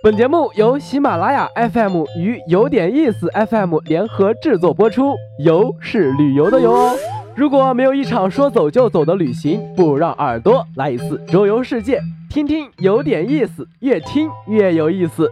本节目由喜马拉雅 FM 与有点意思 FM 联合制作播出，游是旅游的游哦。如果没有一场说走就走的旅行，不如让耳朵来一次周游世界，听听有点意思，越听越有意思。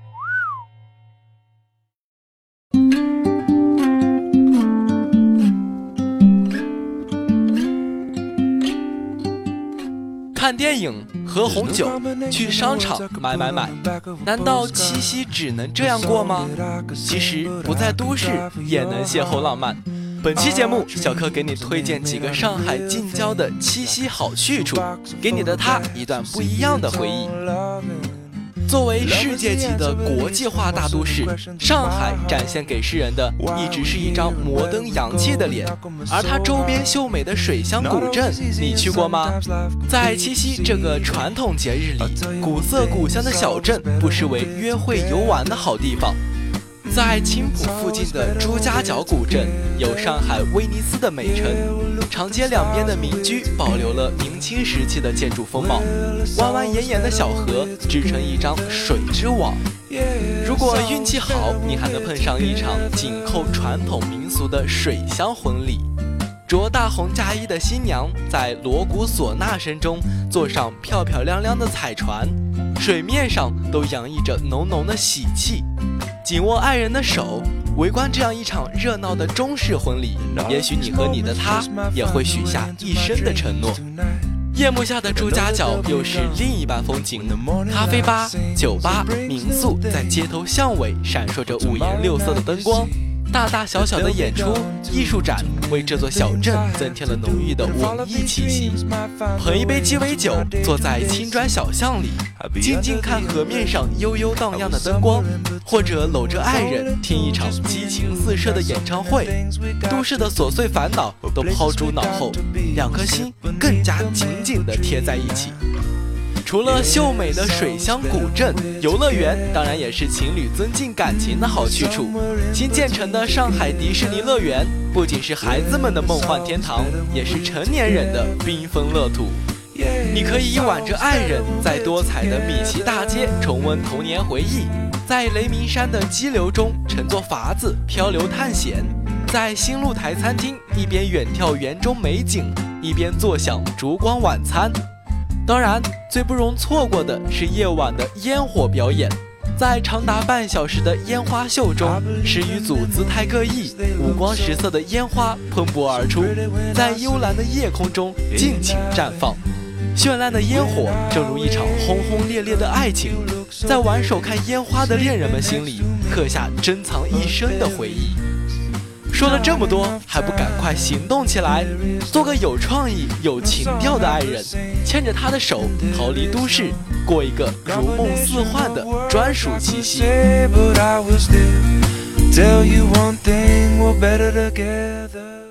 看电影、喝红酒、去商场买，难道七夕只能这样过吗？其实不在都市也能邂逅浪漫。本期节目，小柯给你推荐几个上海近郊的七夕好去处，给你的他一段不一样的回忆。作为世界级的国际化大都市，上海展现给世人的一直是一张摩登洋气的脸，而它周边秀美的水乡古镇，你去过吗？在七夕这个传统节日里，古色古香的小镇不失为约会游玩的好地方。在青浦附近的朱家角古镇，有上海威尼斯的美城，长街两边的民居保留了明清时期的建筑风貌，弯弯延延的小河织成一张水之网。如果运气好，你还能碰上一场紧扣传统民俗的水乡婚礼。着大红嫁衣的新娘在锣鼓唢呐声中坐上漂漂亮亮的彩船，水面上都洋溢着浓浓的喜气。紧握爱人的手，围观这样一场热闹的中式婚礼，也许你和你的他也会许下一生的承诺。夜幕下的朱家角又是另一般风景，咖啡吧、酒吧、民宿在街头巷尾闪烁着五颜六色的灯光，大大小小的演出、艺术展为这座小镇增添了浓郁的文艺气息。捧一杯鸡尾酒，坐在青砖小巷里，静静看河面上悠悠荡漾的灯光，或者搂着爱人听一场激情四射的演唱会。都市的琐碎烦恼都抛诸脑后，两颗心更加紧紧地贴在一起。除了秀美的水乡古镇，游乐园当然也是情侣增进感情的好去处。新建成的上海迪士尼乐园不仅是孩子们的梦幻天堂，也是成年人的缤纷乐土。你可以挽着爱人，在多彩的米奇大街重温童年回忆，在雷鸣山的激流中乘坐筏子漂流探险，在新露台餐厅一边远眺园中美景，一边坐享烛光晚餐。当然，最不容错过的是夜晚的烟火表演。在长达半小时的烟花秀中，10余组姿态各异、五光十色的烟花喷薄而出，在幽蓝的夜空中尽情绽放。绚烂的烟火正如一场轰轰烈烈的爱情，在挽手看烟花的恋人们心里刻下珍藏一生的回忆。说了这么多，还不赶快行动起来，做个有创意有情调的爱人，牵着他的手逃离都市，过一个如梦似幻的专属七夕。 Tell you one thing, we're better together.